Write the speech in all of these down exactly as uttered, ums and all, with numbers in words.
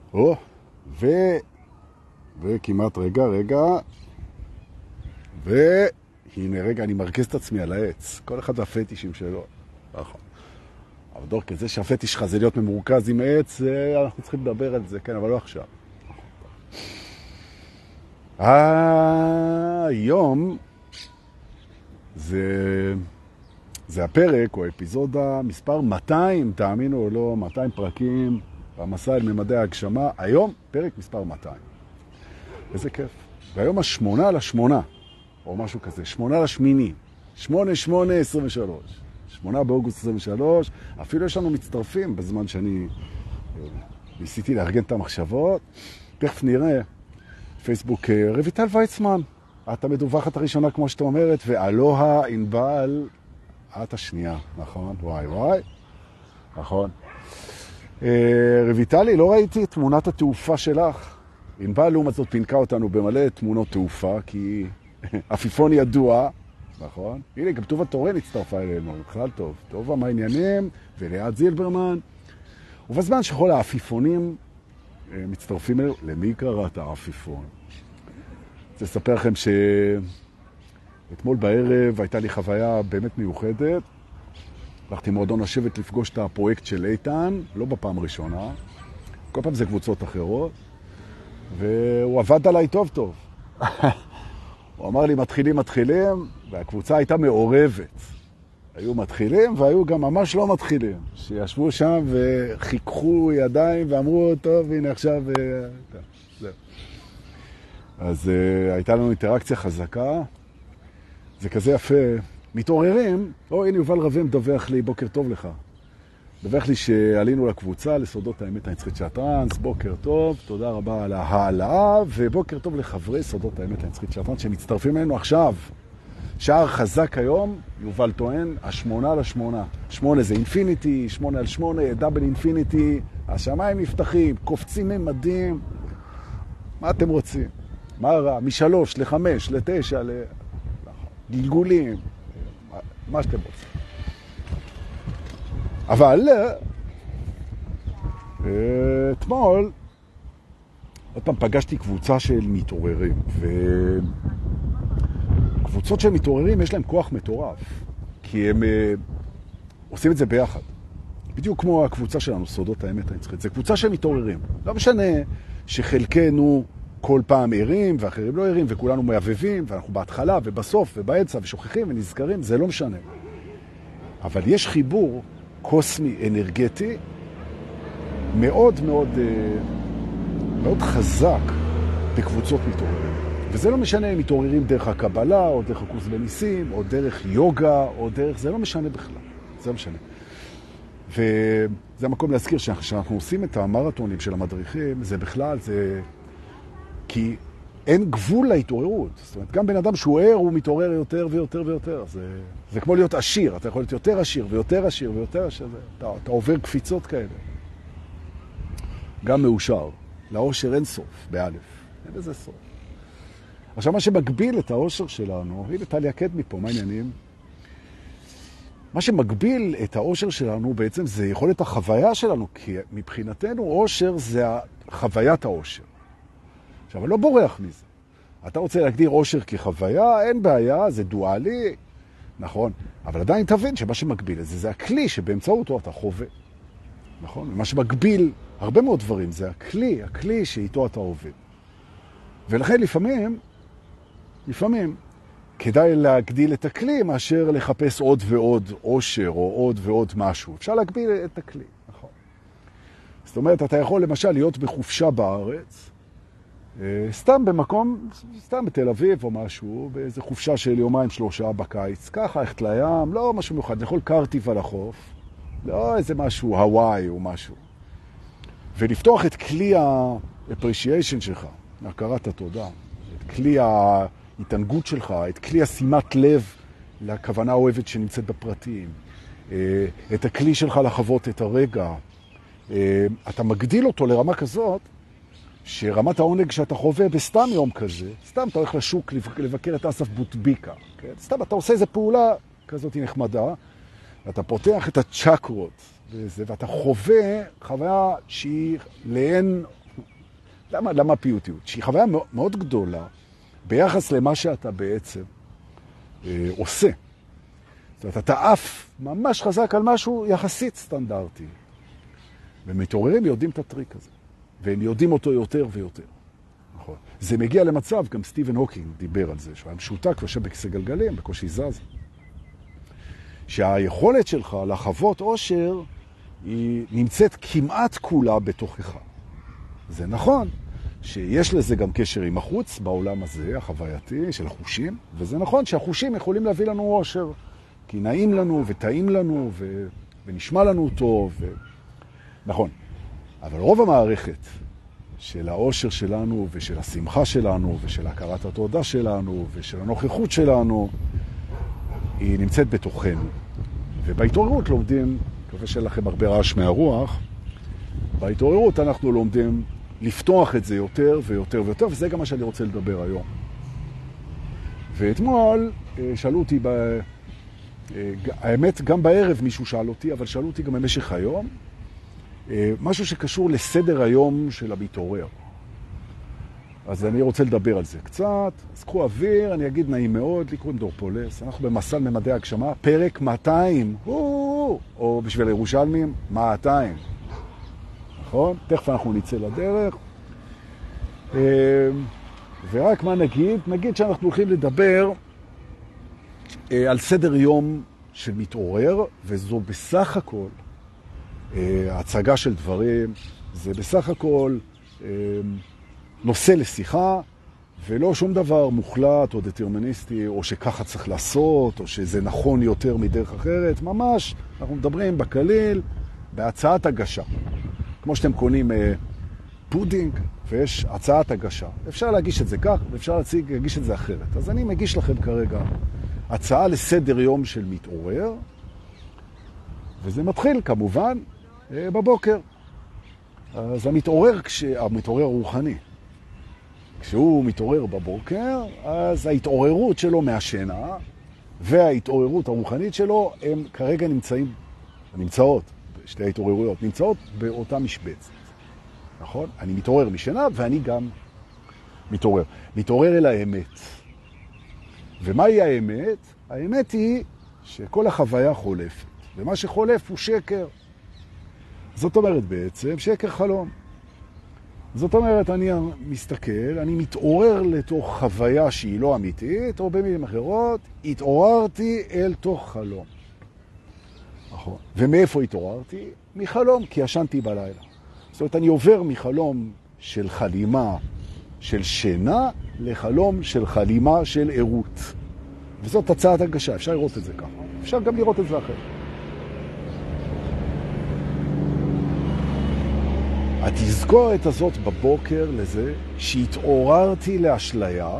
או, ו... וכמעט רגע, רגע. והנה רגע, אני מרכז את עצמי על העץ. כל אחד והפטישים שלו. נכון. אבל דור כזה שהפטיש שלך זה להיות ממורכז עם העץ, אנחנו צריכים לדבר על זה, כן, אבל לא עכשיו. היום זה, זה הפרק או אפיזודה מספר מאתיים, תאמינו או לא, מאתיים פרקים במסע אל ממדי ההגשמה. היום פרק מספר מאתיים. איזה כיף. והיום השמונה לשמונה, או משהו כזה, שמונה לשמיני, שמונה, שמונה, עשרים ושלוש. שמונה באוגוסט עשרים ושלוש, אפילו יש לנו מצטרפים בזמן שאני ניסיתי לארגן את המחשבות. תכף נראה. פייסבוק, רויטל ויצמן, את המדווחת הראשונה כמו שאתה אומרת, ואלוהה ענבל, את השנייה, נכון? וואי וואי, נכון. רויטלי, לא ראיתי את תמונת התעופה שלך. ענבל לעומת זאת פינקה אותנו במלא תמונות תעופה, כי עפיפון ידוע, נכון? הנה, גם טובה תורן הצטרפה אלינו, בכלל טוב. טובה, מה העניינים? וליעד זילברמן. ובזמן שכל העפיפונים מצטרפים אלינו, למי קראת העפיפון? אני רוצה לספר לכם שאתמול בערב הייתה לי חוויה באמת מיוחדת. הלכתי מועדון השבט לפגוש את הפרויקט של איתן, לא בפעם הראשונה. כל פעם זה קבוצות אחרות. והוא עבד עליי טוב טוב. הוא אמר לי, מתחילים, מתחילים, והקבוצה הייתה מעורבת. היו מתחילים והיו גם ממש לא מתחילים, שישבו שם וחיככו ידיים ואמרו, טוב, הנה עכשיו... זהו. אז uh, הייתה לנו אינטראקציה חזקה, זה כזה יפה. מתעוררים, או הנה יובל רבי מדווח לי, בוקר טוב לך. מדווח לי שעלינו לקבוצה, לסודות האמת הנצחית של הטרנס, בוקר טוב, תודה רבה על ההעלאה, ובוקר טוב לחברי סודות האמת הנצחית של הטרנס, שמצטרפים אלינו עכשיו. שער חזק היום, יובל טוען, השמונה לשמונה. שמונה זה אינפיניטי, שמונה על שמונה, דאבל אינפיניטי, השמיים נפתחים, קופצים ממדים. מה אתם רוצים? מה רע? משלוש לחמש, לתשע, לגלגולים, מה שאתם רוצים. אבל אתמול, עוד פעם פגשתי קבוצה של מתעוררים, ו... קבוצות של מתעוררים יש להם כוח מטורף, כי הם uh, עושים את זה ביחד. בדיוק כמו הקבוצה שלנו, סודות האמת הנצחית. זה קבוצה של מתעוררים. לא משנה שחלקנו כל פעם ערים ואחרים לא ערים, וכולנו מעבבים, ואנחנו בהתחלה ובסוף ובאמצע ושוכחים ונזכרים, זה לא משנה. אבל יש חיבור קוסמי אנרגטי מאוד מאוד, uh, מאוד חזק בקבוצות מתעוררים. וזה לא משנה אם מתעוררים דרך הקבלה, או דרך הקורס בניסים, או דרך יוגה, או דרך... זה לא משנה בכלל. זה לא משנה. וזה המקום להזכיר שאנחנו עושים את המרתונים של המדריכים, זה בכלל, זה... כי אין גבול להתעוררות. זאת אומרת, גם בן אדם שהוא ער, הוא מתעורר יותר ויותר ויותר. זה, זה כמו להיות עשיר. אתה יכול להיות יותר עשיר ויותר עשיר ויותר עשיר. זה... אתה, אתה עובר קפיצות כאלה. גם מאושר. לאושר אין סוף, באלף. אין איזה סוף. עכשיו, מה שמגביל את האושר שלנו, הנה טליה קד מפה, מה העניינים? מה שמגביל את האושר שלנו בעצם זה יכולת החוויה שלנו, כי מבחינתנו אושר זה חוויית האושר. עכשיו, אני לא בורח מזה. אתה רוצה להגדיר אושר כחוויה, אין בעיה, זה דואלי, נכון? אבל עדיין תבין שמה שמגביל את זה, זה הכלי שבאמצעותו אתה חווה. נכון? מה שמגביל הרבה מאוד דברים, זה הכלי, הכלי שאיתו אתה עובד. ולכן לפעמים, לפעמים, כדאי להגדיל את הכלי מאשר לחפש עוד ועוד אושר או עוד ועוד משהו. אפשר להגביל את הכלי, נכון. זאת אומרת, אתה יכול למשל להיות בחופשה בארץ, סתם במקום, סתם בתל אביב או משהו, באיזו חופשה של יומיים שלושה בקיץ, ככה, ללכת לים, לא משהו מיוחד, לאכול קרטיב על החוף, לא איזה משהו, הוואי או משהו. ולפתוח את כלי ה-appreciation שלך, הכרת התודה, את כלי ההתענגות שלך, את כלי השימת לב לכוונה האוהבת שנמצאת בפרטים, את הכלי שלך לחוות את הרגע. אתה מגדיל אותו לרמה כזאת, שרמת העונג שאתה חווה בסתם יום כזה, סתם אתה הולך לשוק לבקר את אסף בוטביקה, כן? סתם אתה עושה איזו פעולה כזאת נחמדה, ואתה פותח את הצ'קרות, וזה, ואתה חווה חוויה שהיא לאין למה, למה פיוטיות? שהיא חוויה מאוד גדולה ביחס למה שאתה בעצם אה, עושה. זאת אומרת, אתה אף ממש חזק על משהו יחסית סטנדרטי. ומתעוררים יודעים את הטריק הזה. והם יודעים אותו יותר ויותר. נכון. זה מגיע למצב, גם סטיבן הוקינג דיבר על זה, שהוא היה משותק ויושב בכיסא גלגלים, בקושי זז. שהיכולת שלך לחוות אושר היא נמצאת כמעט כולה בתוכך. זה נכון שיש לזה גם קשר עם החוץ בעולם הזה, החווייתי של החושים, וזה נכון שהחושים יכולים להביא לנו אושר, כי נעים לנו וטעים לנו ו... ונשמע לנו טוב. ו... נכון, אבל רוב המערכת של האושר שלנו ושל השמחה שלנו ושל הכרת התודה שלנו ושל הנוכחות שלנו, היא נמצאת בתוכנו. ובהתעוררות לומדים, מקווה שאין לכם הרבה רעש מהרוח, בהתעוררות אנחנו לומדים לפתוח את זה יותר ויותר ויותר, וזה גם מה שאני רוצה לדבר היום. ואתמול שאלו אותי, ב... האמת גם בערב מישהו שאל אותי, אבל שאלו אותי גם במשך היום, משהו שקשור לסדר היום של המתעורר. אז אני רוצה לדבר על זה קצת. אז קחו אוויר, אני אגיד נעים מאוד, לי קוראים דור פולס. אנחנו במסע ממדי הגשמה, פרק מאתיים, או, או בשביל הירושלמים, מאתיים. נכון? תכף אנחנו נצא לדרך. ורק מה נגיד? נגיד שאנחנו הולכים לדבר על סדר יום של מתעורר, וזו בסך הכל הצגה של דברים, זה בסך הכל נושא לשיחה, ולא שום דבר מוחלט או דטרמיניסטי, או שככה צריך לעשות, או שזה נכון יותר מדרך אחרת. ממש, אנחנו מדברים בקליל, בהצעת הגשה. כמו שאתם קונים פודינג, ויש הצעת הגשה. אפשר להגיש את זה כך, ואפשר להציג, להגיש את זה אחרת. אז אני מגיש לכם כרגע הצעה לסדר יום של מתעורר, וזה מתחיל כמובן בבוקר. אז המתעורר, המתעורר רוחני, כשהוא מתעורר בבוקר, אז ההתעוררות שלו מהשינה וההתעוררות הרוחנית שלו הם כרגע נמצאים, נמצאות, שתי ההתעוררויות, נמצאות באותה משבצת. נכון? אני מתעורר משינה ואני גם מתעורר. מתעורר אל האמת. ומהי האמת? האמת היא שכל החוויה חולפת. ומה שחולף הוא שקר. זאת אומרת בעצם שקר חלום. זאת אומרת, אני מסתכל, אני מתעורר לתוך חוויה שהיא לא אמיתית, או במילים אחרות, התעוררתי אל תוך חלום. נכון. ומאיפה התעוררתי? מחלום, כי ישנתי בלילה. זאת אומרת, אני עובר מחלום של חלימה, של שינה, לחלום של חלימה של עירות. וזאת הצעת הגשה, אפשר לראות את זה ככה. אפשר גם לראות את זה אחרת. התזכורת הזאת בבוקר לזה שהתעוררתי לאשליה,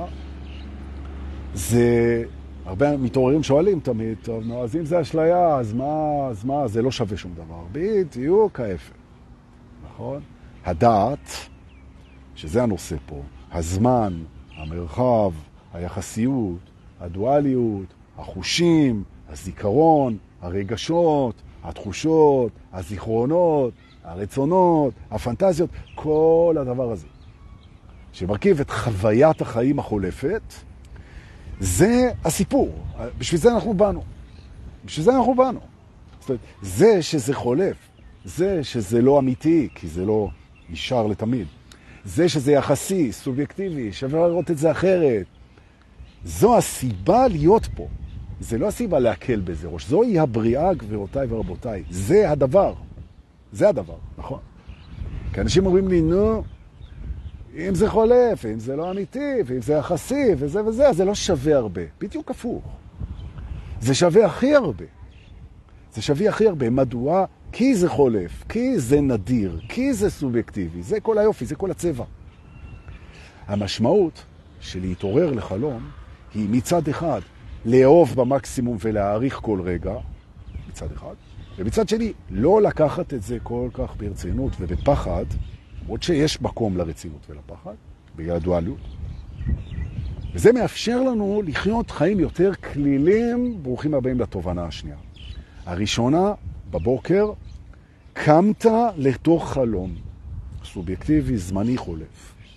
זה, הרבה מתעוררים שואלים תמיד, טוב, נו, אז אם זה אשליה, אז מה, אז מה, זה לא שווה שום דבר. בדיוק ההפך. נכון? הדעת, שזה הנושא פה, הזמן, המרחב, היחסיות, הדואליות, החושים, הזיכרון, הרגשות, התחושות, הזיכרונות, הרצונות, הפנטזיות, כל הדבר הזה שמרכיב את חוויית החיים החולפת, זה הסיפור. בשביל זה אנחנו באנו. בשביל זה אנחנו באנו. זאת אומרת, זה שזה חולף, זה שזה לא אמיתי, כי זה לא נשאר לתמיד, זה שזה יחסי, סובייקטיבי, שווה לראות את זה אחרת, זו הסיבה להיות פה. זה לא הסיבה להקל בזה ראש. זוהי הבריאה, גבירותיי ורבותיי. זה הדבר. זה הדבר, נכון? כי אנשים אומרים לי, נו, אם זה חולף, אם זה לא אמיתי, ואם זה יחסי, וזה וזה, אז זה לא שווה הרבה. בדיוק הפוך. זה שווה הכי הרבה. זה שווה הכי הרבה. מדוע? כי זה חולף, כי זה נדיר, כי זה סובייקטיבי. זה כל היופי, זה כל הצבע. המשמעות של להתעורר לחלום היא מצד אחד לאהוב במקסימום ולהעריך כל רגע, מצד אחד, ומצד שני לא לקחת את זה כל כך ברצינות ובפחד, עוד שיש מקום לרצינות ולפחד, בגלל הדואליות. וזה מאפשר לנו לחיות חיים יותר כלילים. ברוכים הבאים לתובנה השנייה. הראשונה, בבוקר, קמת לתוך חלום, סובייקטיבי, זמני חולף.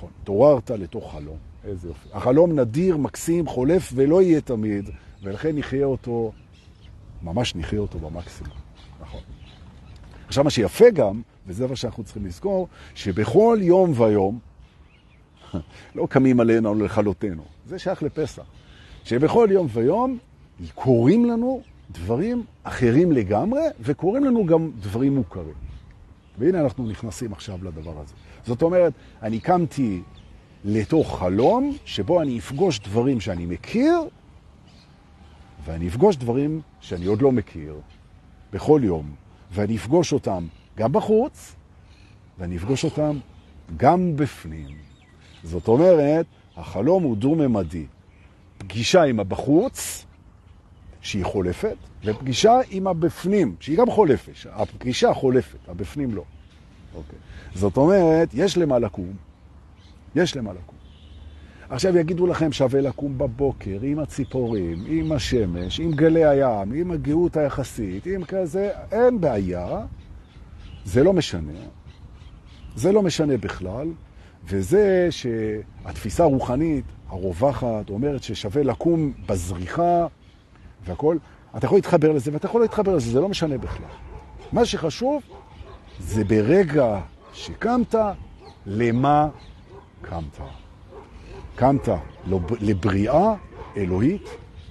נכון. תעוררת לתוך חלום. איזה יופי. החלום נדיר, מקסים, חולף ולא יהיה תמיד, ולכן נחיה אותו, ממש נחיה אותו במקסימום. נכון. עכשיו מה שיפה גם, וזה מה שאנחנו צריכים לזכור, שבכל יום ויום, לא קמים עלינו לכלותנו, זה שייך לפסח, שבכל יום ויום קוראים לנו דברים אחרים לגמרי, וקוראים לנו גם דברים מוכרים. והנה אנחנו נכנסים עכשיו לדבר הזה. זאת אומרת, אני קמתי לתוך חלום, שבו אני אפגוש דברים שאני מכיר, ואני אפגוש דברים שאני עוד לא מכיר, בכל יום, ואני אפגוש אותם גם בחוץ, ואני אפגוש אותם גם בפנים. זאת אומרת, החלום הוא דו-ממדי. פגישה עם הבחוץ, שהיא חולפת, ופגישה עם הבפנים, שהיא גם חולפת. הפגישה חולפת, הבפנים לא. אוקיי. זאת אומרת, יש למה לקום. יש למה לקום. עכשיו יגידו לכם שווה לקום בבוקר, עם הציפורים, עם השמש, עם גלי הים, עם הגאות היחסית, עם כזה, אין בעיה. זה לא משנה. זה לא משנה בכלל. וזה שהתפיסה הרוחנית, הרווחת, אומרת ששווה לקום בזריחה והכל, אתה יכול להתחבר לזה ואתה יכול להתחבר לזה, זה לא משנה בכלל. מה שחשוב זה ברגע שקמת, למה קמת. קמת לבריאה אלוהית,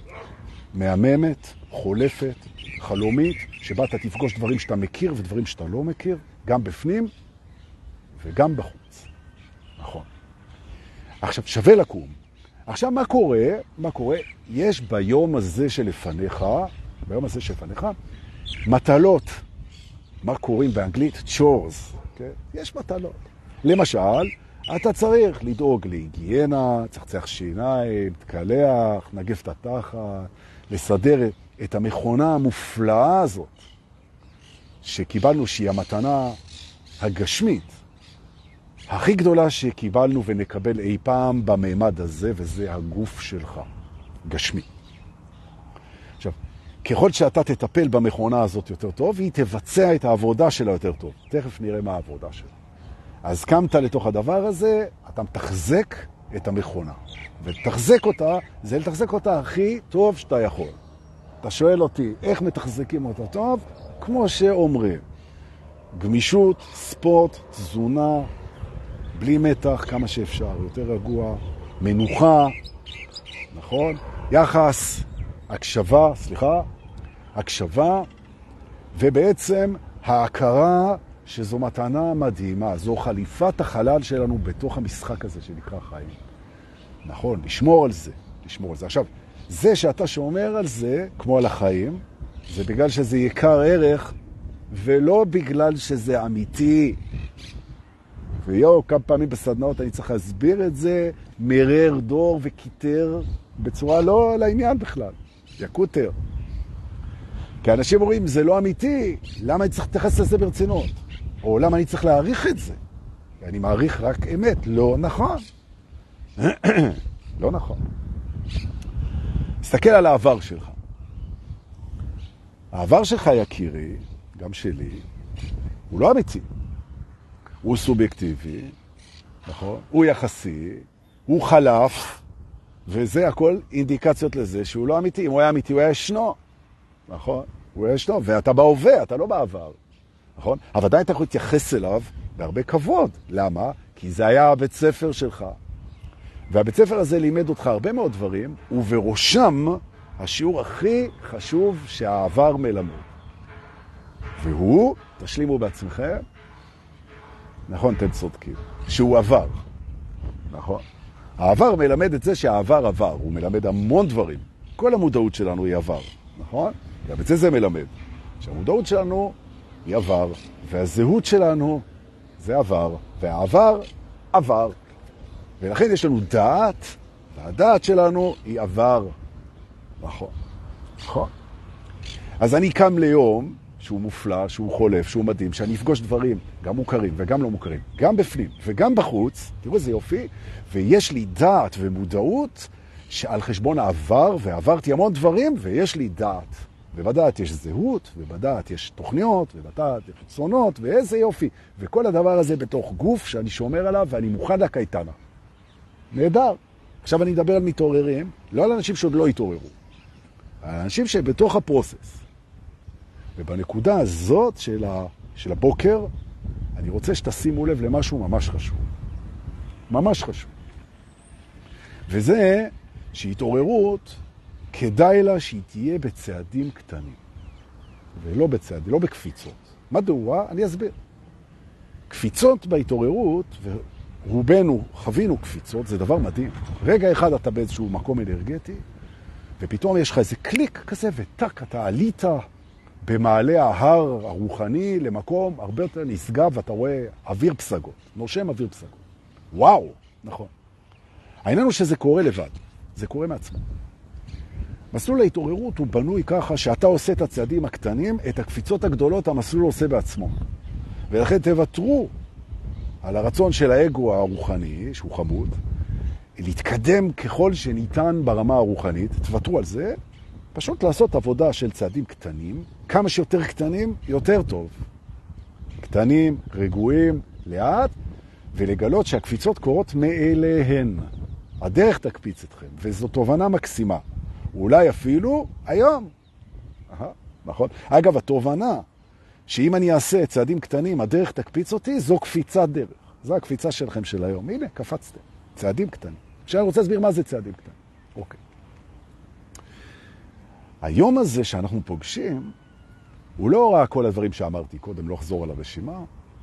מהממת, חולפת, חלומית, שבה אתה תפגוש דברים שאתה מכיר ודברים שאתה לא מכיר, גם בפנים וגם בחוץ. נכון. עכשיו, שווה לקום. עכשיו, מה קורה? מה קורה? יש ביום הזה שלפניך, ביום הזה שלפניך, מטלות. מה קוראים באנגלית? chores. Okay? יש מטלות. למשל, אתה צריך לדאוג להיגיינה, צחצח שיניים, תקלח, נגף את התחת, לסדר את המכונה המופלאה הזאת, שקיבלנו שהיא המתנה הגשמית, הכי גדולה שקיבלנו ונקבל אי פעם במעמד הזה, וזה הגוף שלך, גשמי. עכשיו, ככל שאתה תטפל במכונה הזאת יותר טוב, היא תבצע את העבודה שלה יותר טוב. תכף נראה מה העבודה שלה. אז קמת לתוך הדבר הזה, אתה מתחזק את המכונה. ותחזק אותה, זה לתחזק אותה הכי טוב שאתה יכול. אתה שואל אותי, איך מתחזקים אותה טוב? כמו שאומרים, גמישות, ספורט, תזונה, בלי מתח, כמה שאפשר, יותר רגוע, מנוחה, נכון? יחס, הקשבה, סליחה, הקשבה, ובעצם ההכרה שזו מתנה מדהימה, זו חליפת החלל שלנו בתוך המשחק הזה שנקרא חיים. נכון, לשמור על זה, לשמור על זה. עכשיו, זה שאתה שומר על זה, כמו על החיים, זה בגלל שזה יקר ערך, ולא בגלל שזה אמיתי. ויו, כמה פעמים בסדנאות אני צריך להסביר את זה, מרר דור וכיתר, בצורה לא לעניין בכלל, יקוטר. כי אנשים אומרים, זה לא אמיתי, למה אני צריך להתייחס לזה ברצינות? או למה אני צריך להעריך את זה? אני מעריך רק אמת, לא נכון. לא נכון. תסתכל על העבר שלך. העבר שלך, יקירי, גם שלי, הוא לא אמיתי. הוא סובייקטיבי, נכון? הוא יחסי, הוא חלף, וזה הכל אינדיקציות לזה שהוא לא אמיתי. אם הוא היה אמיתי, הוא היה ישנו. נכון? הוא היה ישנו, ואתה בהווה, אתה לא בעבר. נכון? אבל עדיין אתה יכול להתייחס אליו בהרבה כבוד. למה? כי זה היה הבית ספר שלך. והבית ספר הזה לימד אותך הרבה מאוד דברים, ובראשם השיעור הכי חשוב שהעבר מלמד. והוא, תשלימו בעצמכם, נכון, אתם צודקים, שהוא עבר. נכון? העבר מלמד את זה שהעבר עבר, הוא מלמד המון דברים. כל המודעות שלנו היא עבר, נכון? גם את זה זה מלמד. שהמודעות שלנו היא עבר, והזהות שלנו זה עבר, והעבר עבר. ולכן יש לנו דעת, והדעת שלנו היא עבר. נכון. נכון. אז אני קם ליום שהוא מופלא, שהוא חולף, שהוא מדהים, שאני אפגוש דברים, גם מוכרים וגם לא מוכרים, גם בפנים וגם בחוץ, תראו איזה יופי, ויש לי דעת ומודעות שעל חשבון העבר, ועברתי המון דברים, ויש לי דעת. ובדעת יש זהות, ובדעת יש תוכניות, ובדעת יש רצונות, ואיזה יופי. וכל הדבר הזה בתוך גוף שאני שומר עליו, ואני מוכן לקייטנה. נהדר. עכשיו אני מדבר על מתעוררים, לא על אנשים שעוד לא התעוררו. על אנשים שבתוך הפרוסס. ובנקודה הזאת של, ה, של הבוקר, אני רוצה שתשימו לב למשהו ממש חשוב. ממש חשוב. וזה שהתעוררות, כדאי לה שהיא תהיה בצעדים קטנים. ולא בצעדים, לא בקפיצות. מדוע? אני אסביר. קפיצות בהתעוררות, ורובנו חווינו קפיצות, זה דבר מדהים. רגע אחד אתה באיזשהו מקום אנרגטי, ופתאום יש לך איזה קליק כזה, וטק, אתה עלית במעלה ההר הרוחני למקום הרבה יותר נשגב, ואתה רואה אוויר פסגות, נושם אוויר פסגות. וואו, נכון. העניין הוא שזה קורה לבד, זה קורה מעצמו. מסלול ההתעוררות הוא בנוי ככה שאתה עושה את הצעדים הקטנים, את הקפיצות הגדולות המסלול עושה בעצמו. ולכן תוותרו על הרצון של האגו הרוחני, שהוא חמוד, להתקדם ככל שניתן ברמה הרוחנית, תוותרו על זה, פשוט לעשות עבודה של צעדים קטנים, כמה שיותר קטנים, יותר טוב. קטנים, רגועים, לאט, ולגלות שהקפיצות קורות מאליהן. הדרך תקפיץ אתכם, וזו תובנה מקסימה. אולי אפילו היום. Aha, נכון? אגב, התובנה שאם אני אעשה צעדים קטנים, הדרך תקפיץ אותי, זו קפיצת דרך. זו הקפיצה שלכם של היום. הנה, קפצתם. צעדים קטנים. עכשיו אני רוצה להסביר מה זה צעדים קטנים. אוקיי. היום הזה שאנחנו פוגשים, הוא לא רק כל הדברים שאמרתי קודם, לא אחזור על הרשימה,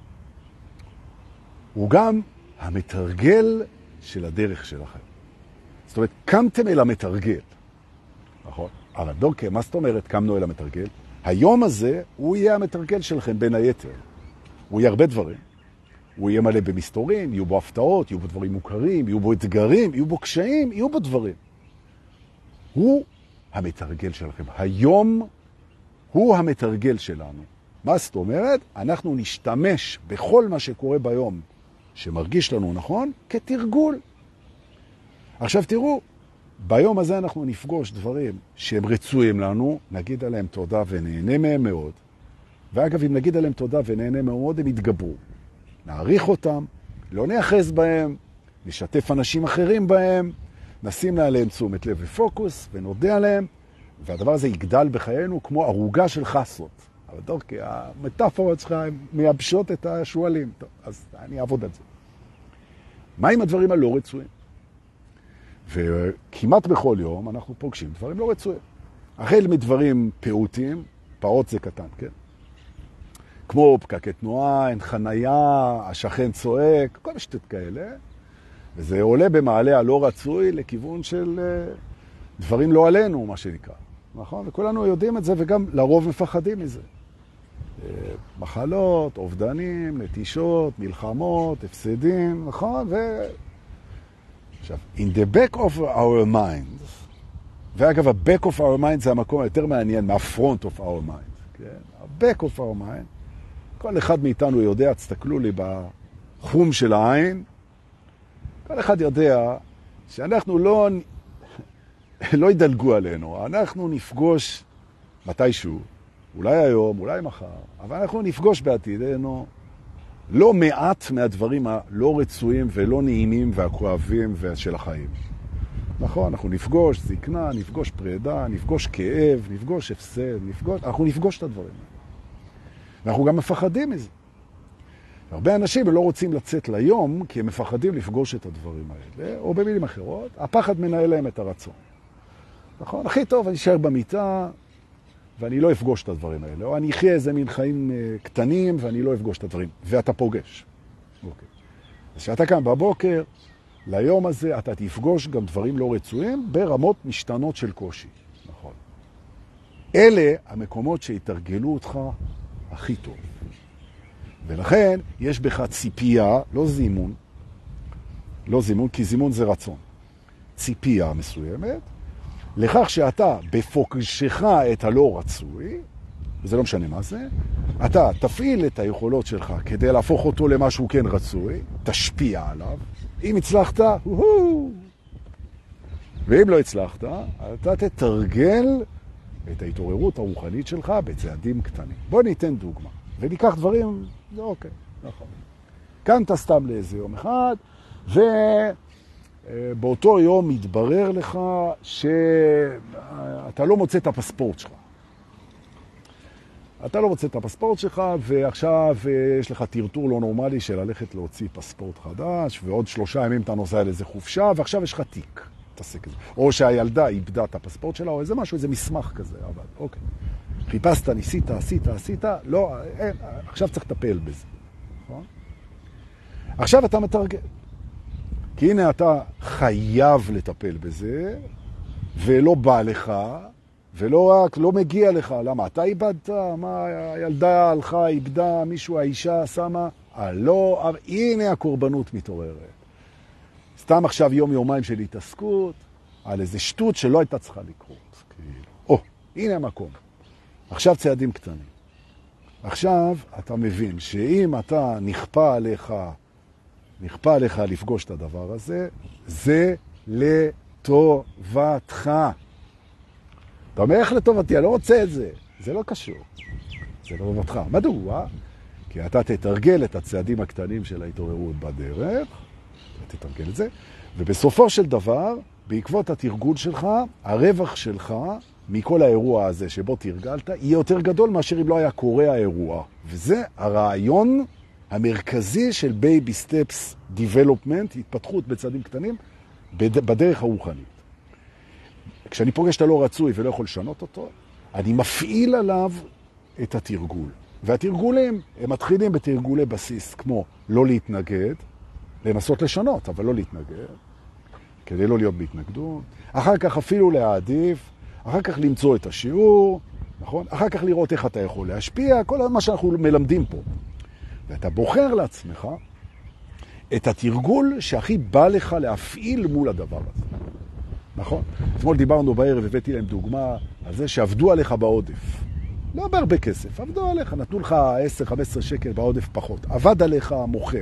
הוא גם המתרגל של הדרך שלכם. זאת אומרת, קמתם אל המתרגל. נכון? אבל דוקא, מה זאת אומרת קמנו אל המתרגל? היום הזה הוא יהיה המתרגל שלכם בין היתר. הוא יהיה הרבה דברים. הוא יהיה מלא במסתורים, יהיו בו הפתעות, יהיו בו דברים מוכרים, יהיו בו אתגרים, יהיו בו קשיים, יהיו בו דברים. הוא המתרגל שלכם. היום הוא המתרגל שלנו. מה זאת אומרת? אנחנו נשתמש בכל מה שקורה ביום שמרגיש לנו נכון כתרגול. עכשיו תראו, ביום הזה אנחנו נפגוש דברים שהם רצויים לנו, נגיד עליהם תודה ונהנה מהם מאוד. ואגב, אם נגיד עליהם תודה ונהנה מאוד, הם יתגברו. נעריך אותם, לא נייחס בהם, נשתף אנשים אחרים בהם, נשים עליהם תשומת לב ופוקוס ונודה עליהם, והדבר הזה יגדל בחיינו כמו ערוגה של חסות. אבל דורקי, המטאפורות שלך מייבשות את השואלים. טוב, אז אני אעבוד על זה. מה עם הדברים הלא רצויים? וכמעט בכל יום אנחנו פוגשים דברים לא רצויים. החל מדברים פעוטים, פעוט זה קטן, כן? כמו פקקי תנועה, אין חנייה, השכן צועק, כל השטות כאלה. וזה עולה במעלה הלא רצוי לכיוון של דברים לא עלינו, מה שנקרא. נכון? וכולנו יודעים את זה וגם לרוב מפחדים מזה. מחלות, אובדנים, נטישות, מלחמות, הפסדים, נכון? ו... עכשיו, in the back of our minds, ואגב, ה-back of our minds זה המקום היותר מעניין מה-front of our minds, כן? ה-back of our mind, כל אחד מאיתנו יודע, תסתכלו לי בחום של העין, כל אחד יודע שאנחנו לא, לא ידלגו עלינו, אנחנו נפגוש מתישהו, אולי היום, אולי מחר, אבל אנחנו נפגוש בעתידנו לא מעט מהדברים הלא רצויים ולא נעימים והכואבים של החיים. נכון, אנחנו נפגוש זקנה, נפגוש פרידה, נפגוש כאב, נפגוש הפסד, נפגוש, אנחנו נפגוש את הדברים. ואנחנו גם מפחדים מזה. הרבה אנשים לא רוצים לצאת ליום כי הם מפחדים לפגוש את הדברים האלה, או במילים אחרות, הפחד מנהל להם את הרצון. נכון? הכי טוב, אני אשאר במיטה ואני לא אפגוש את הדברים האלה, או אני אחיה איזה מין חיים קטנים ואני לא אפגוש את הדברים, ואתה פוגש. אוקיי. אז שאתה כאן בבוקר, ליום הזה אתה תפגוש גם דברים לא רצויים ברמות משתנות של קושי. נכון. אלה המקומות שהתרגלו אותך הכי טוב. ולכן יש בך ציפייה, לא זימון, לא זימון, כי זימון זה רצון. ציפייה מסוימת, לכך שאתה בפוגשך את הלא רצוי, וזה לא משנה מה זה, אתה תפעיל את היכולות שלך כדי להפוך אותו למשהו כן רצוי, תשפיע עליו. אם הצלחת, הו-הו. ואם לא הצלחת, אתה תתרגל את ההתעוררות הרוחנית שלך בצעדים קטנים. בוא ניתן דוגמה, וניקח דברים, זה אוקיי, נכון. קמת סתם לאיזה יום אחד, ובאותו יום מתברר לך שאתה לא מוצא את הפספורט שלך. אתה לא מוצא את הפספורט שלך, ועכשיו יש לך טרטור לא נורמלי של ללכת להוציא פספורט חדש, ועוד שלושה ימים אתה נוסע על איזה חופשה, ועכשיו יש לך תיק. תעשה כזה. או שהילדה איבדה את הפספורט שלה, או איזה משהו, איזה מסמך כזה. אבל, אוקיי. חיפשת, ניסית, עשית, עשית, לא, אין, עכשיו צריך לטפל בזה. נכון? עכשיו אתה מתרגל. כי הנה אתה חייב לטפל בזה, ולא בא לך, ולא רק, לא מגיע לך. למה? אתה איבדת? מה, הילדה הלכה, איבדה, מישהו, האישה שמה? אה, לא, הנה הקורבנות מתעוררת. סתם עכשיו יום יומיים של התעסקות, על איזה שטות שלא הייתה צריכה לקרות. כאילו. או, הנה המקום. עכשיו צעדים קטנים. עכשיו אתה מבין שאם אתה נכפה עליך, נכפה עליך לפגוש את הדבר הזה, זה לטובתך. אתה אומר, איך לטובתי? אני לא רוצה את זה. זה לא קשור. זה לטובתך. מדוע? כי אתה תתרגל את הצעדים הקטנים של ההתעוררות בדרך, תתרגל את זה, ובסופו של דבר, בעקבות התרגול שלך, הרווח שלך מכל האירוע הזה שבו תרגלת, יהיה יותר גדול מאשר אם לא היה קורה האירוע. וזה הרעיון המרכזי של Baby Steps Development, התפתחות בצעדים קטנים, בדרך הרוחנית. כשאני פוגש את הלא רצוי ולא יכול לשנות אותו, אני מפעיל עליו את התרגול. והתרגולים, הם מתחילים בתרגולי בסיס, כמו לא להתנגד, לנסות לשנות, אבל לא להתנגד, כדי לא להיות בהתנגדות. אחר כך אפילו להעדיף, אחר כך למצוא את השיעור, נכון? אחר כך לראות איך אתה יכול להשפיע, כל מה שאנחנו מלמדים פה. ואתה בוחר לעצמך את התרגול שהכי בא לך להפעיל מול הדבר הזה. נכון? אתמול דיברנו בערב, הבאתי להם דוגמה על זה שעבדו עליך בעודף. לא בהרבה כסף, עבדו עליך, נתנו לך עשר חמש עשרה שקל בעודף פחות. עבד עליך מוכר.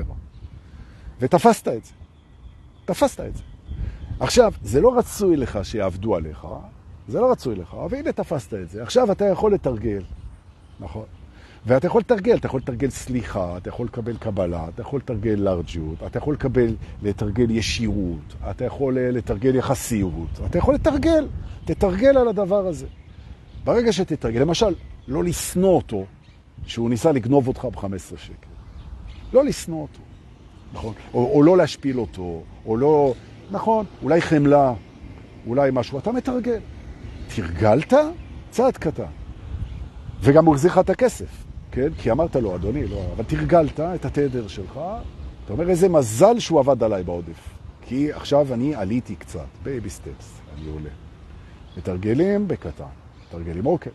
ותפסת את זה. תפסת את זה. עכשיו, זה לא רצוי לך שיעבדו עליך, זה לא רצוי לך, והנה תפסת את זה. עכשיו אתה יכול לתרגל, נכון? ואתה יכול לתרגל, אתה יכול לתרגל סליחה, אתה יכול לקבל קבלה, אתה יכול לתרגל לארג'יות, אתה יכול לקבל, לתרגל ישירות, אתה יכול לתרגל יחסיות, אתה יכול לתרגל, תתרגל על הדבר הזה. ברגע שתתרגל, למשל, לא לסנוע אותו, שהוא ניסה לגנוב אותך ב-חמש עשרה שקל. לא לסנוע אותו, נכון? או, או לא להשפיל אותו, או לא, נכון, אולי חמלה, אולי משהו, אתה מתרגל. תרגלת? צעד קטן. וגם הוא החזיר לך את הכסף, כן? כי אמרת לו, אדוני, לא, אבל תרגלת את התדר שלך, אתה אומר, איזה מזל שהוא עבד עליי בעודף. כי עכשיו אני עליתי קצת, בייבי סטפס, אני עולה. מתרגלים בקטן. מתרגלים, אוקיי.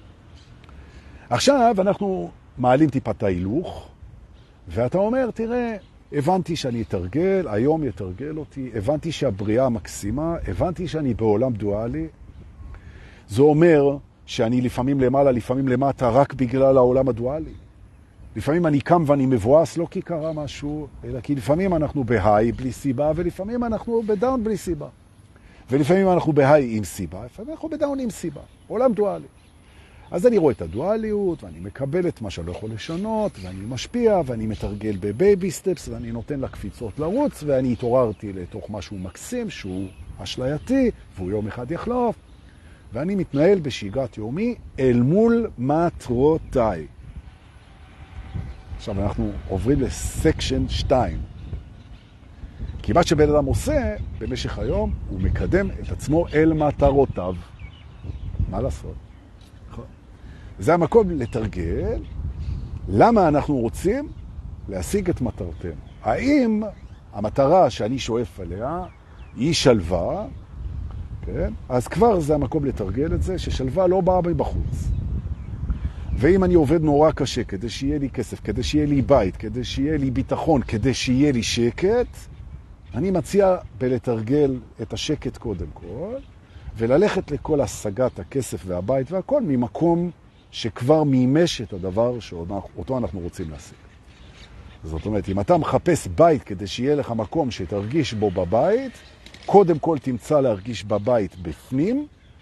עכשיו אנחנו מעלים טיפה את ההילוך, ואתה אומר, תראה, הבנתי שאני אתרגל, היום יתרגל אותי, הבנתי שהבריאה מקסימה, הבנתי שאני בעולם דואלי. זה אומר שאני לפעמים למעלה, לפעמים למטה, רק בגלל העולם הדואלי. לפעמים אני קם ואני מבואס, לא כי קרה משהו, אלא כי לפעמים אנחנו בהיי בלי סיבה, ולפעמים אנחנו בדאון בלי סיבה. ולפעמים אנחנו בהיי עם סיבה, לפעמים אנחנו בדאון עם סיבה. עולם דואלי. אז אני רואה את הדואליות, ואני מקבל את מה שאני לא יכול לשנות, ואני משפיע, ואני מתרגל בבייבי סטפס, ואני נותן לקפיצות לרוץ, ואני התעוררתי לתוך משהו מקסים, שהוא אשלייתי, והוא יום אחד יחלוף, ואני מתנהל בשגרת יומי אל מול מטרותיי. עכשיו אנחנו עוברים לסקשן שתיים. כי מה שבן אדם עושה במשך היום, הוא מקדם את עצמו אל מטרותיו. מה לעשות? זה המקום לתרגל למה אנחנו רוצים להשיג את מטרתנו. האם המטרה שאני שואף עליה היא שלווה, כן? אז כבר זה המקום לתרגל את זה, ששלווה לא באה מבחוץ. ואם אני עובד נורא קשה כדי שיהיה לי כסף, כדי שיהיה לי בית, כדי שיהיה לי ביטחון, כדי שיהיה לי שקט, אני מציע בלתרגל את השקט קודם כל, וללכת לכל השגת הכסף והבית והכל ממקום שכבר מימש את הדבר שאותו אנחנו רוצים להשיג. זאת אומרת, אם אתה מחפש בית כדי שיהיה לך מקום שתרגיש בו בבית, קודם כל תמצא להרגיש בבית בפנים,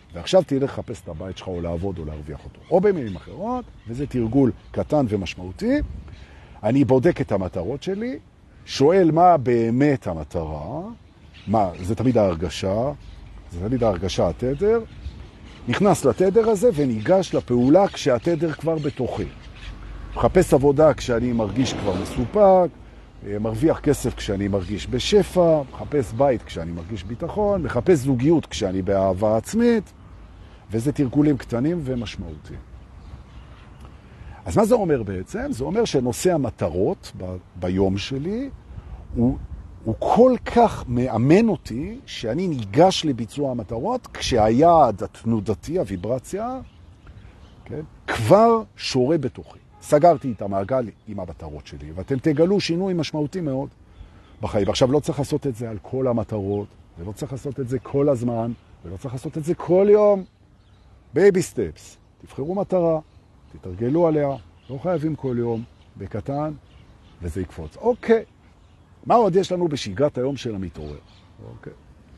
ועכשיו תלך לחפש את הבית שלך או לעבוד או להרוויח אותו. או במילים אחרות, וזה תרגול קטן ומשמעותי. אני בודק את המטרות שלי, שואל מה באמת המטרה, מה, זה תמיד ההרגשה, זה תמיד ההרגשה התדר, נכנס לתדר הזה וניגש לפעולה כשהתדר כבר בתוכי. מחפש עבודה כשאני מרגיש כבר מסופק, מרוויח כסף כשאני מרגיש בשפע, מחפש בית כשאני מרגיש ביטחון, מחפש זוגיות כשאני באהבה עצמית, וזה תרגולים קטנים ומשמעותיים. אז מה זה אומר בעצם? זה אומר שנושא המטרות ב- ביום שלי הוא, הוא כל כך מאמן אותי שאני ניגש לביצוע המטרות כשהיעד התנודתי, הוויברציה, כן, כבר שורה בתוכי. סגרתי את המעגל עם המטרות שלי, ואתם תגלו שינוי משמעותי מאוד בחיים. עכשיו לא צריך לעשות את זה על כל המטרות, ולא צריך לעשות את זה כל הזמן, ולא צריך לעשות את זה כל יום. בייבי סטפס. תבחרו מטרה, תתרגלו עליה, לא חייבים כל יום, בקטן, וזה יקפוץ. אוקיי. מה עוד יש לנו בשגרת היום של המתעורר? אוקיי.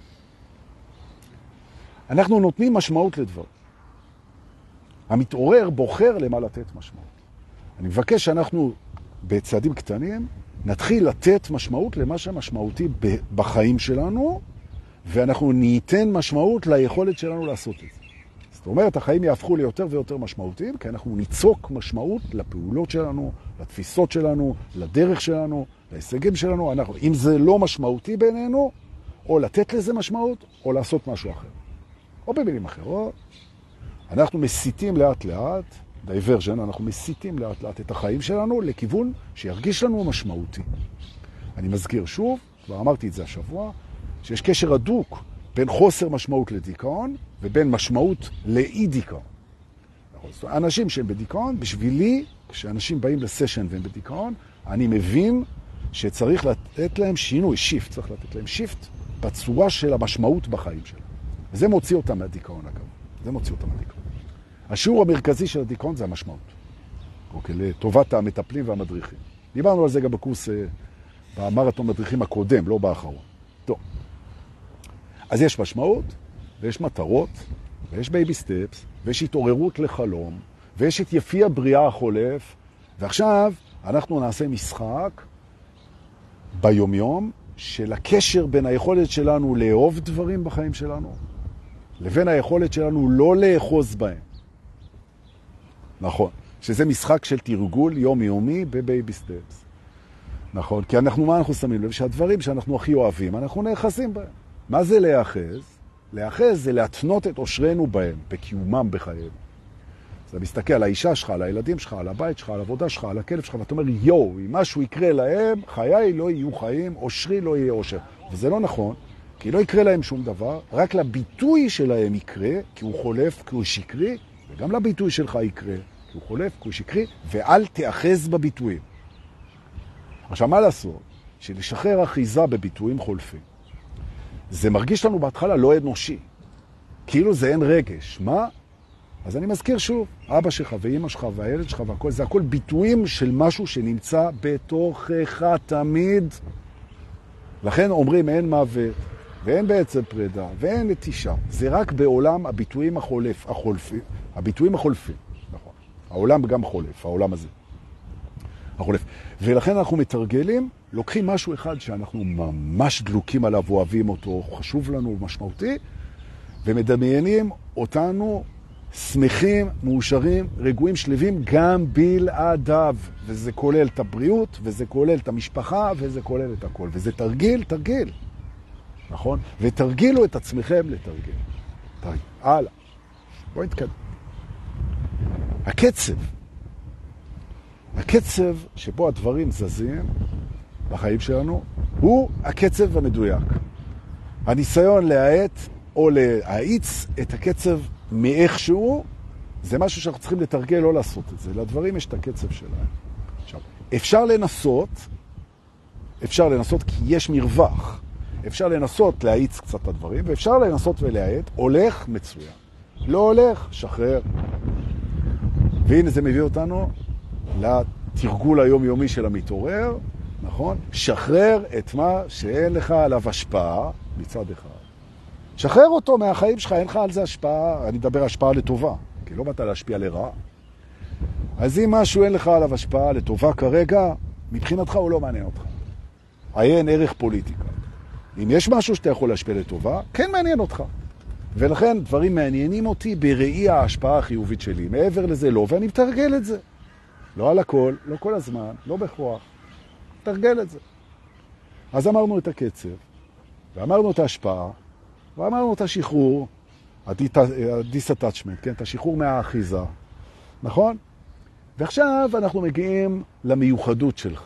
אנחנו נותנים משמעות לדבר. המתעורר בוחר למה לתת משמעות. אני מבקש שאנחנו בצעדים קטנים נתחיל לתת משמעות למה שמשמעותי בחיים שלנו, ואנחנו ניתן משמעות ליכולת שלנו לעשות את זה. זאת אומרת, החיים יהפכו ליותר ויותר משמעותיים, כי אנחנו ניצוק משמעות לפעולות שלנו, לתפיסות שלנו, לדרך שלנו, להישגים שלנו. אנחנו, אם זה לא משמעותי בינינו, או לתת לזה משמעות, או לעשות משהו אחר. או במילים אחרות, אנחנו מסיתים לאט לאט, דייברז'ן, אנחנו מסיתים לאט לאט את החיים שלנו לכיוון שירגיש לנו משמעותי. אני מזכיר שוב, כבר אמרתי את זה השבוע, שיש קשר הדוק בין חוסר משמעות לדיכאון, ובין משמעות לאי דיכאון. אנשים שהם בדיכאון, בשבילי, כשאנשים באים לסשן והם בדיכאון, אני מבין שצריך לתת להם שינוי, שיפט, צריך לתת להם שיפט בצורה של המשמעות בחיים שלהם. וזה מוציא אותם מהדיכאון, אגב. זה מוציא אותם מהדיכאון. השיעור המרכזי של הדיכאון זה המשמעות. אוקיי, לטובת המטפלים והמדריכים. דיברנו על זה גם בקורס, במרתון מדריכים הקודם, לא באחרון. טוב. אז יש משמעות, ויש מטרות, ויש בייבי סטפס, ויש התעוררות לחלום, ויש את יפי הבריאה החולף, ועכשיו אנחנו נעשה משחק ביומיום של הקשר בין היכולת שלנו לאהוב דברים בחיים שלנו, לבין היכולת שלנו לא לאחוז בהם. נכון, שזה משחק של תרגול יומי-יומי בבייבי סטפס. נכון, כי אנחנו, מה אנחנו שמים לב? שהדברים שאנחנו הכי אוהבים, אנחנו נאחזים בהם. מה זה להאחז? להאחז זה להתנות את אושרנו בהם, בקיומם בחיינו. אתה מסתכל על האישה שלך, על הילדים שלך, על הבית שלך, על העבודה שלך, על הכלב שלך, ואתה אומר, יו, אם משהו יקרה להם, חיי לא יהיו חיים, אושרי לא יהיה אושר. וזה לא נכון, כי לא יקרה להם שום דבר, רק לביטוי שלהם יקרה, כי הוא חולף, כי הוא שקרי, וגם לביטוי שלך יקרה, כי הוא חולף, כי הוא שקרי, ואל תאחז בביטויים. עכשיו, מה לעשות? שלשחרר אחיזה בביטויים חולפים. זה מרגיש לנו בהתחלה לא אנושי. כאילו זה אין רגש. מה? אז אני מזכיר שוב, אבא שלך ואמא שלך והילד שלך והכל, זה הכל ביטויים של משהו שנמצא בתוכך תמיד. לכן אומרים אין מוות, ואין בעצם פרידה, ואין נטישה. זה רק בעולם הביטויים החולף, החולפים. הביטויים החולפים, נכון. העולם גם חולף, העולם הזה. החולף. ולכן אנחנו מתרגלים, לוקחים משהו אחד שאנחנו ממש דלוקים עליו, אוהבים אותו, חשוב לנו, משמעותי, ומדמיינים אותנו שמחים, מאושרים, רגועים, שלווים, גם בלעדיו. וזה כולל את הבריאות, וזה כולל את המשפחה, וזה כולל את הכל. וזה תרגיל, תרגיל. נכון? ותרגילו את עצמכם לתרגיל. תרגיל. הלאה. בואו נתקדם. הקצב. הקצב שבו הדברים זזים בחיים שלנו, הוא הקצב המדויק. הניסיון להאט או להאיץ את הקצב מאיכשהו, זה משהו שאנחנו צריכים לתרגל, לא לעשות את זה. לדברים יש את הקצב שלהם. עכשיו, אפשר לנסות, אפשר לנסות כי יש מרווח. אפשר לנסות להאיץ קצת את הדברים, ואפשר לנסות ולהאט, הולך מצוין. לא הולך, שחרר. והנה זה מביא אותנו לתרגול היומיומי של המתעורר, נכון? שחרר את מה שאין לך עליו השפעה מצד אחד. שחרר אותו מהחיים שלך, אין לך על זה השפעה, אני מדבר השפעה לטובה, כי לא באת להשפיע לרע. אז אם משהו אין לך עליו השפעה לטובה כרגע, מבחינתך הוא לא מעניין אותך. עיין ערך פוליטיקה. אם יש משהו שאתה יכול להשפיע לטובה, כן מעניין אותך. ולכן דברים מעניינים אותי בראי ההשפעה החיובית שלי. מעבר לזה לא, ואני מתרגל את זה. לא על הכל, לא כל הזמן, לא בכוח. מתרגל את זה. אז אמרנו את הקצב, ואמרנו את ההשפעה, ואמרנו את השחרור, הדיס-אטאצ'מנט, כן? את השחרור מהאחיזה. נכון? ועכשיו אנחנו מגיעים למיוחדות שלך.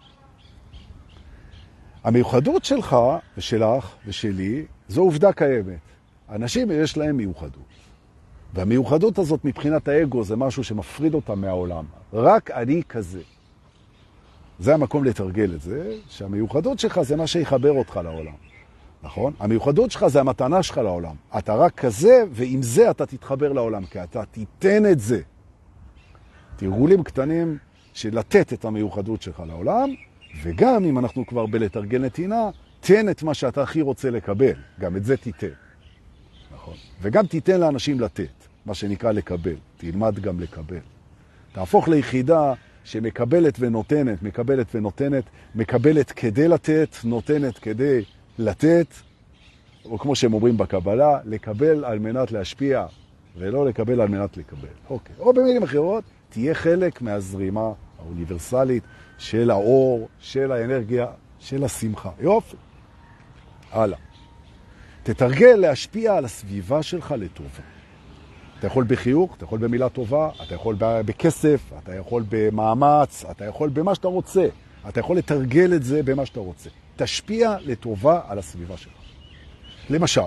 המיוחדות שלך ושלך ושלי זו עובדה קיימת. אנשים יש להם מיוחדות. והמיוחדות הזאת מבחינת האגו זה משהו שמפריד אותם מהעולם. רק אני כזה. זה המקום לתרגל את זה, שהמיוחדות שלך זה מה שיחבר אותך לעולם. נכון? המיוחדות שלך זה המתנה שלך לעולם. אתה רק כזה, ועם זה אתה תתחבר לעולם, כי אתה תיתן את זה. תרגולים קטנים של לתת את המיוחדות שלך לעולם, וגם אם אנחנו כבר בלתרגל נתינה, תן את מה שאתה הכי רוצה לקבל. גם את זה תיתן. נכון? וגם תיתן לאנשים לתת, מה שנקרא לקבל. תלמד גם לקבל. תהפוך ליחידה שמקבלת ונותנת, מקבלת ונותנת, מקבלת כדי לתת, נותנת כדי לתת, או כמו שהם אומרים בקבלה, לקבל על מנת להשפיע, ולא לקבל על מנת לקבל. אוקיי. או במילים אחרות, תהיה חלק מהזרימה האוניברסלית של האור, של האנרגיה, של השמחה. יופי. הלאה. תתרגל להשפיע על הסביבה שלך לטובה. אתה יכול בחיוך, אתה יכול במילה טובה, אתה יכול בכסף, אתה יכול במאמץ, אתה יכול במה שאתה רוצה. אתה יכול לתרגל את זה במה שאתה רוצה. תשפיע לטובה על הסביבה שלך. למשל,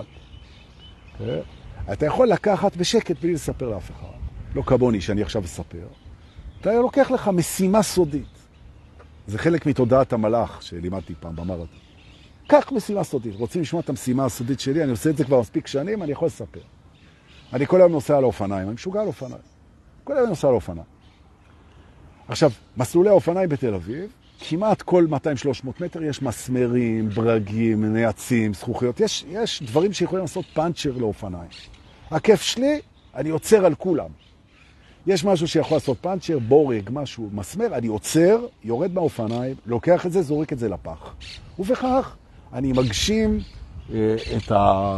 אתה יכול לקחת בשקט בלי לספר לאף אחד. לא כמוני שאני עכשיו אספר. אתה לוקח לך משימה סודית. זה חלק מתודעת המלאך שלימדתי פעם במרתון. קח משימה סודית. רוצים לשמוע את המשימה הסודית שלי? אני עושה את זה כבר מספיק שנים, אני יכול לספר. אני כל היום נוסע על האופניים, אני משוגע על אופניים. כל היום נוסע על האופניים. עכשיו, מסלולי האופניים בתל אביב, כמעט כל מאתיים שלוש מאות מטר יש מסמרים, ברגים, נעצים, זכוכיות. יש, יש דברים שיכולים לעשות פאנצ'ר לאופניים. הכיף שלי, אני עוצר על כולם. יש משהו שיכול לעשות פאנצ'ר, בורג, משהו, מסמר, אני עוצר, יורד מהאופניים, לוקח את זה, זורק את זה לפח. ובכך אני מגשים אה, את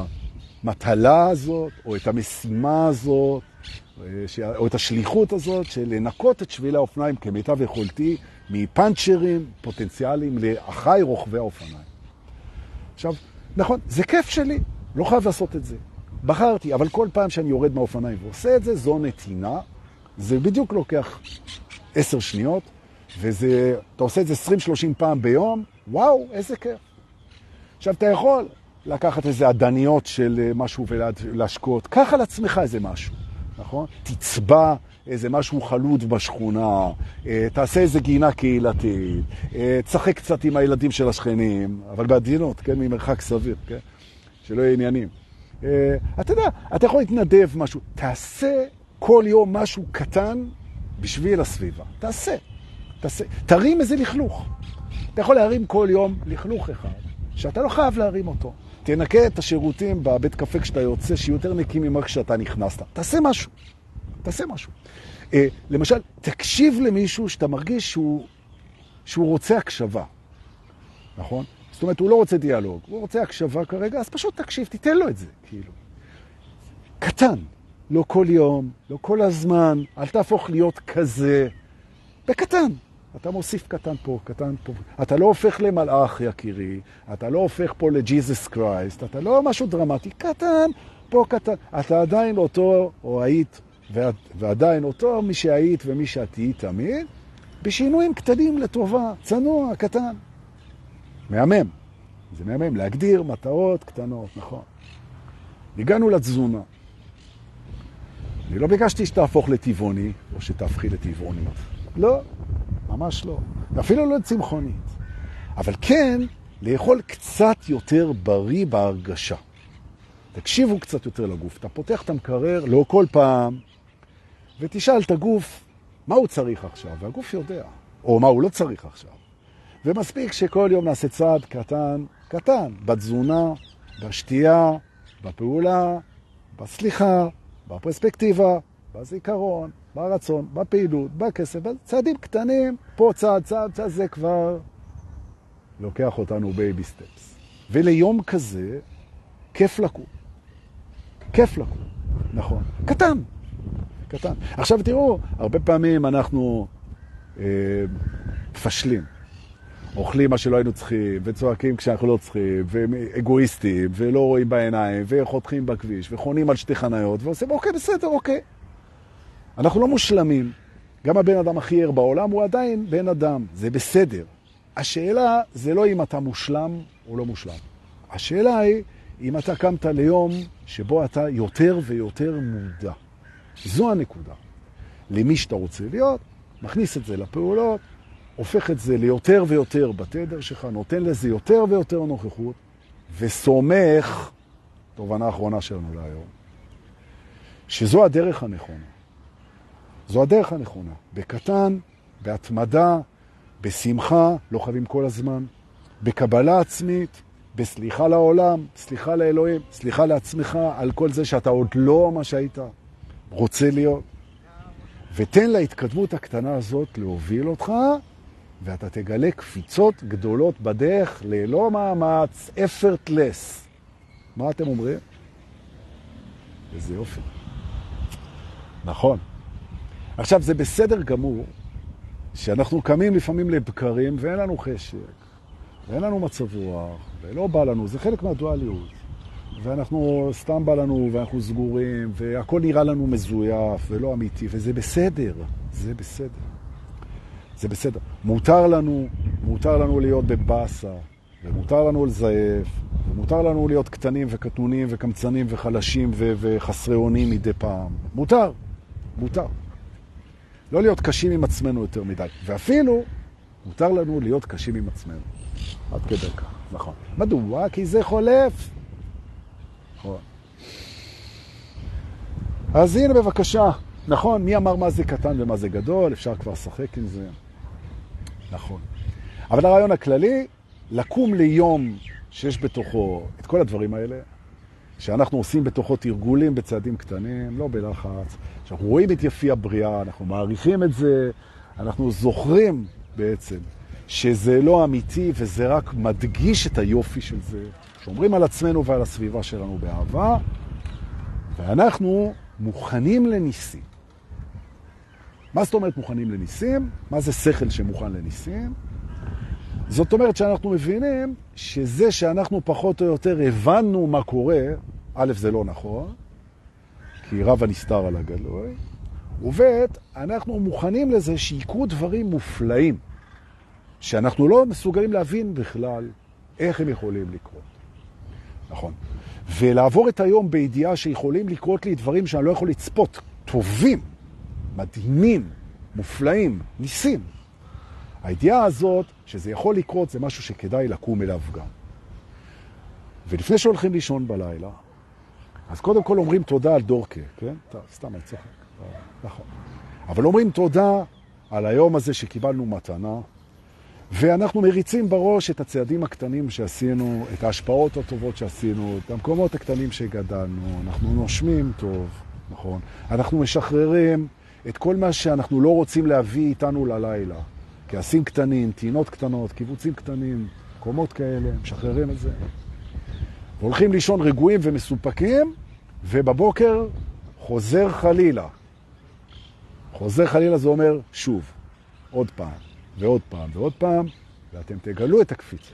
המטלה הזאת, או את המשימה הזאת, אה, או את השליחות הזאת, של לנקות את שבילי האופניים כמיטב יכולתי, מפאנצ'רים פוטנציאליים לאחי רוכבי האופניים. עכשיו, נכון, זה כיף שלי, לא חייב לעשות את זה. בחרתי, אבל כל פעם שאני יורד מהאופניים ועושה את זה, זו נתינה. זה בדיוק לוקח עשר שניות, וזה, אתה עושה את זה עשרים שלושים פעם ביום, וואו, איזה כיף. עכשיו, אתה יכול לקחת איזה עדניות של משהו ולהשקות, קח על עצמך איזה משהו, נכון? תצבע איזה משהו חלוד בשכונה, תעשה איזה גינה קהילתית, תשחק קצת עם הילדים של השכנים, אבל בעדינות, כן, ממרחק סביר, כן? שלא יהיה עניינים. אתה יודע, אתה יכול להתנדב משהו, תעשה כל יום משהו קטן בשביל הסביבה. תעשה, תעשה. תרים איזה לכלוך. אתה יכול להרים כל יום לכלוך אחד, שאתה לא חייב להרים אותו. תנקה את השירותים בבית קפה כשאתה יוצא, שיותר נקי ממה כשאתה נכנסת. תעשה משהו. תעשה משהו. אה, למשל, תקשיב למישהו שאתה מרגיש שהוא, שהוא רוצה הקשבה. נכון? זאת אומרת, הוא לא רוצה דיאלוג, הוא רוצה הקשבה כרגע, אז פשוט תקשיב, תיתן לו את זה, כאילו. קטן. לא כל יום, לא כל הזמן, אל תהפוך להיות כזה. בקטן. אתה מוסיף קטן פה, קטן פה. אתה לא הופך למלאך, יקירי. אתה לא הופך פה לג'יזוס קרייסט. אתה לא משהו דרמטי. קטן, פה קטן. אתה עדיין אותו, או היית, ועדיין אותו מי שהיית ומי שתהיי תמיד, בשינויים קטנים לטובה. צנוע, קטן. מהמם. זה מהמם. להגדיר מטרות קטנות, נכון. הגענו לתזונה. אני לא ביקשתי שתהפוך לטבעוני, או שתהפכי לטבעונית. לא, ממש לא. אפילו לא לצמחונית. אבל כן, לאכול קצת יותר בריא בהרגשה. תקשיבו קצת יותר לגוף. אתה פותח את המקרר, לא כל פעם, ותשאל את הגוף, מה הוא צריך עכשיו? והגוף יודע. או מה הוא לא צריך עכשיו. ומספיק שכל יום נעשה צעד קטן, קטן, בתזונה, בשתייה, בפעולה, בסליחה, בפרספקטיבה, בזיכרון, ברצון, בפעילות, בכסף, צעדים קטנים, פה צעד, צעד, צעד, זה כבר לוקח אותנו בייבי סטפס. וליום כזה, כיף לקום. כיף לקום, נכון. קטן, קטן. עכשיו תראו, הרבה פעמים אנחנו אה, פשלים. אוכלים מה שלא היינו צריכים, וצועקים כשאנחנו לא צריכים, ואגואיסטים, ולא רואים בעיניים, וחותכים בכביש, וחונים על שתי חניות, ועושים, אוקיי, בסדר, אוקיי. אנחנו לא מושלמים. גם הבן אדם הכי ער בעולם הוא עדיין בן אדם. זה בסדר. השאלה זה לא אם אתה מושלם או לא מושלם. השאלה היא אם אתה קמת ליום שבו אתה יותר ויותר מודע. זו הנקודה. למי שאתה רוצה להיות, מכניס את זה לפעולות, הופך את זה ליותר ויותר בתדר שלך, נותן לזה יותר ויותר נוכחות, וסומך, תובנה האחרונה שלנו להיום, שזו הדרך הנכונה. זו הדרך הנכונה. בקטן, בהתמדה, בשמחה, לא חייבים כל הזמן, בקבלה עצמית, בסליחה לעולם, סליחה לאלוהים, סליחה לעצמך על כל זה שאתה עוד לא מה שהיית רוצה להיות. ותן להתקדמות הקטנה הזאת להוביל אותך, ואתה תגלה קפיצות גדולות בדרך ללא מאמץ, effortless. מה אתם אומרים? איזה יופי. נכון. עכשיו, זה בסדר גמור שאנחנו קמים לפעמים לבקרים ואין לנו חשק, ואין לנו מצב רוח, ולא בא לנו, זה חלק מהדואליות. ואנחנו סתם בא לנו ואנחנו סגורים, והכל נראה לנו מזויף ולא אמיתי, וזה בסדר, זה בסדר. זה בסדר. מותר לנו, מותר לנו להיות בבאסה, ומותר לנו לזייף, ומותר לנו להיות קטנים וקטנונים וקמצנים וחלשים ו- וחסרי אונים מדי פעם. מותר, מותר. לא להיות קשים עם עצמנו יותר מדי. ואפילו, מותר לנו להיות קשים עם עצמנו. עד כדי כך, נכון. מדוע? כי זה חולף. נכון. אז הנה בבקשה. נכון, מי אמר מה זה קטן ומה זה גדול? אפשר כבר לשחק עם זה. נכון. אבל הרעיון הכללי, לקום ליום שיש בתוכו את כל הדברים האלה, שאנחנו עושים בתוכו תרגולים בצעדים קטנים, לא בלחץ, שאנחנו רואים את יפי הבריאה, אנחנו מעריכים את זה, אנחנו זוכרים בעצם שזה לא אמיתי וזה רק מדגיש את היופי של זה, שומרים על עצמנו ועל הסביבה שלנו באהבה, ואנחנו מוכנים לניסים. מה זאת אומרת מוכנים לניסים? מה זה שכל שמוכן לניסים? זאת אומרת שאנחנו מבינים שזה שאנחנו פחות או יותר הבנו מה קורה, א' זה לא נכון, כי רב הנסתר על הגלוי, וב' אנחנו מוכנים לזה שיקרו דברים מופלאים, שאנחנו לא מסוגלים להבין בכלל איך הם יכולים לקרות. נכון. ולעבור את היום בידיעה שיכולים לקרות לי דברים שאני לא יכול לצפות, טובים, מדהימים, מופלאים, ניסים. הידיעה הזאת, שזה יכול לקרות, זה משהו שכדאי לקום אליו גם. ולפני שהולכים לישון בלילה, אז קודם כל אומרים תודה על דורקה, כן? טוב, סתם אני צוחק. נכון. אבל אומרים תודה על היום הזה שקיבלנו מתנה, ואנחנו מריצים בראש את הצעדים הקטנים שעשינו, את ההשפעות הטובות שעשינו, את המקומות הקטנים שגדלנו, אנחנו נושמים טוב, נכון? אנחנו משחררים את כל מה שאנחנו לא רוצים להביא איתנו ללילה. כעסים קטנים, תינות קטנות, קיבוצים קטנים, מקומות כאלה, משחררים את זה. והולכים לישון רגועים ומסופקים, ובבוקר חוזר חלילה. חוזר חלילה זה אומר שוב, עוד פעם, ועוד פעם, ועוד פעם, ואתם תגלו את הקפיצה.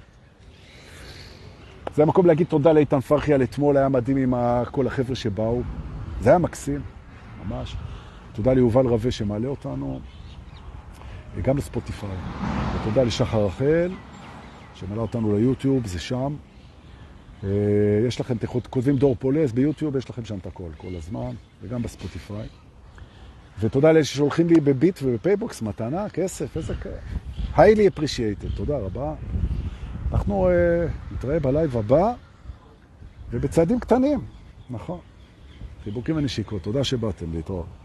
זה המקום להגיד תודה לאיתן פרחי על אתמול, היה מדהים עם כל החבר'ה שבאו. זה היה מקסים, ממש. תודה ליובל רווה שמעלה אותנו, וגם לספוטיפיי. ותודה לשחר רחל, שמעלה אותנו ליוטיוב, זה שם. יש לכם, כותבים דור פולס ביוטיוב, יש לכם שם את הכל, כל הזמן, וגם בספוטיפיי. ותודה לאלה ששולחים לי בביט ובפייבוקס, מתנה, כסף, איזה כיף. highly appreciated, תודה רבה. אנחנו uh, נתראה בלייב הבא, ובצעדים קטנים, נכון. חיבוקים ונשיקות, תודה שבאתם להתראות.